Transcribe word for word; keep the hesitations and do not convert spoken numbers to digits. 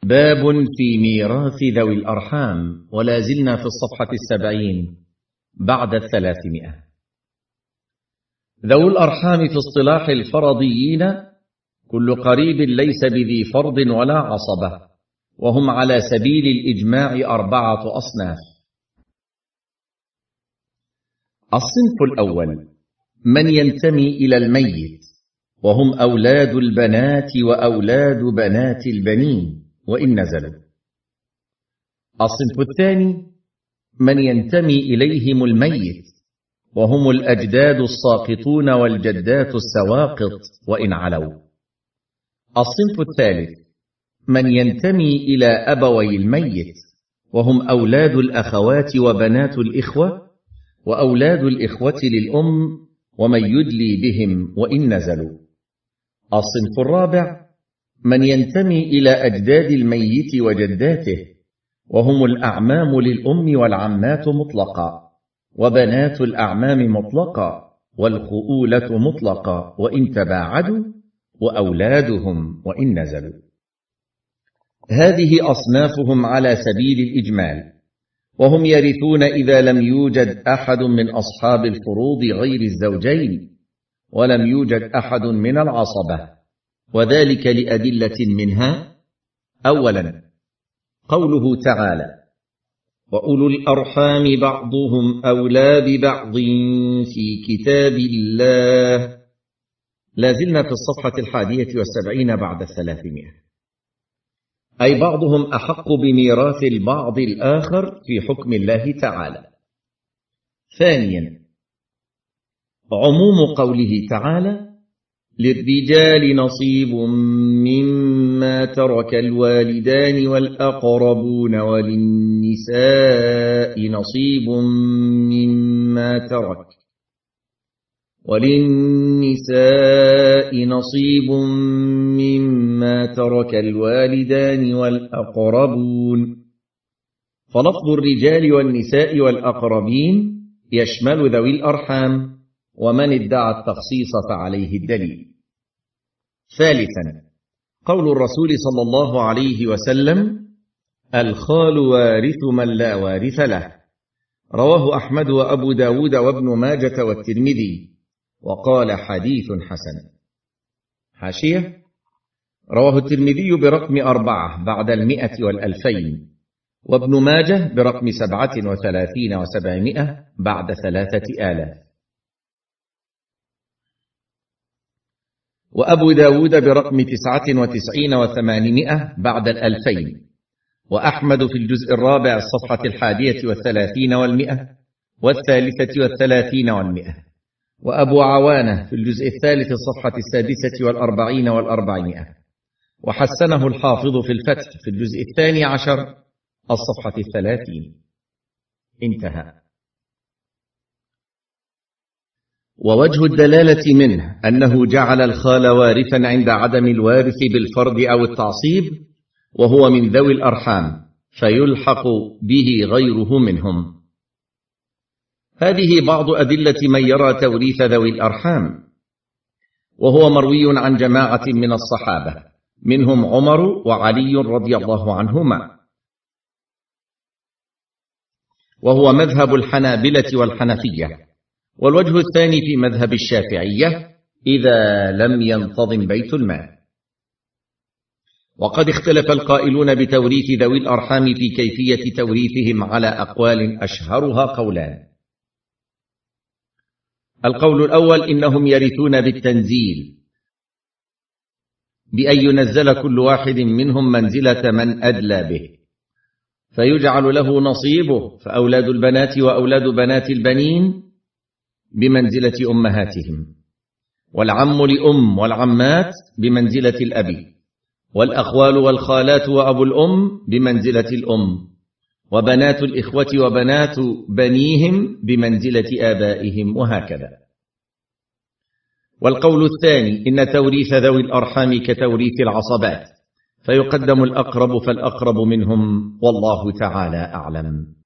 باب في ميراث ذوي الأرحام، ولا زلنا في الصفحة السبعين بعد الثلاثمائة. ذوي الأرحام في اصطلاح الفرضيين كل قريب ليس بذي فرض ولا عصبة، وهم على سبيل الإجماع أربعة أصناف. الصنف الأول من ينتمي إلى الميت، وهم أولاد البنات وأولاد بنات البنين وإن نزلوا. الصنف الثاني من ينتمي إليهم الميت، وهم الأجداد الساقطون والجدات السواقط وإن علوا. الصنف الثالث من ينتمي إلى أبوي الميت، وهم أولاد الأخوات وبنات الإخوة وأولاد الإخوة للأم ومن يدلي بهم وإن نزلوا. الصنف الرابع من ينتمي إلى أجداد الميت وجداته، وهم الأعمام للأم والعمات مطلقا، وبنات الأعمام مطلقا، والخؤولة مطلقا وإن تباعدوا، وأولادهم وإن نزلوا. هذه أصنافهم على سبيل الإجمال، وهم يرثون إذا لم يوجد أحد من أصحاب الفروض غير الزوجين، ولم يوجد أحد من العصبة، وذلك لأدلة منها: أولا قوله تعالى: وأولو الأرحام بعضهم أولى ببعض في كتاب الله. لازلنا في الصفحة الحادية والسبعين بعد الثلاثمائة، أي بعضهم أحق بميراث البعض الآخر في حكم الله تعالى. ثانيا عموم قوله تعالى: للرجال نصيب مما ترك الوالدان والأقربون وللنساء نصيب مما ترك وللنساء نصيب مما ترك الوالدان والأقربون. فلفظ الرجال والنساء والأقربين يشمل ذوي الأرحام، ومن ادعى التخصيص فعليه الدليل. ثالثا قول الرسول صلى الله عليه وسلم: الخال وارث من لا وارث له. رواه أحمد وأبو داود وابن ماجة والترمذي، وقال حديث حسن. حاشية: رواه الترمذي برقم أربعة بعد المئة والألفين، وابن ماجة برقم سبعة وثلاثين وسبعمائة بعد ثلاثة آلاف، وأبو داود برقم تسعة وتسعين وثمانمائة بعد الألفين، وأحمد في الجزء الرابع الصفحة الحادية والثلاثين والمئة والثالثة والثلاثين والمئة، وأبو عوانة في الجزء الثالث الصفحة السادسة والأربعين والأربعمائة، وحسنه الحافظ في الفتح في الجزء الثاني عشر الصفحة الثلاثين. انتهى. ووجه الدلالة منه أنه جعل الخال وارثا عند عدم الوارث بالفرض أو التعصيب، وهو من ذوي الأرحام، فيلحق به غيره منهم. هذه بعض أدلة من يرى توريث ذوي الأرحام، وهو مروي عن جماعة من الصحابة، منهم عمر وعلي رضي الله عنهما، وهو مذهب الحنابلة والحنفية. والوجه الثاني في مذهب الشافعية إذا لم ينتظم بيت المال. وقد اختلف القائلون بتوريث ذوي الأرحام في كيفية توريثهم على أقوال أشهرها قولان. القول الأول إنهم يرثون بالتنزيل، بأن ينزل كل واحد منهم منزلة من أدلى به، فيجعل له نصيبه، فأولاد البنات وأولاد بنات البنين بمنزلة أمهاتهم، والعم لأم والعمات بمنزلة الأب، والأخوال والخالات وأبو الأم بمنزلة الأم، وبنات الإخوة وبنات بنيهم بمنزلة آبائهم، وهكذا. والقول الثاني إن توريث ذوي الأرحام كتوريث العصبات، فيقدم الأقرب فالأقرب منهم، والله تعالى أعلم.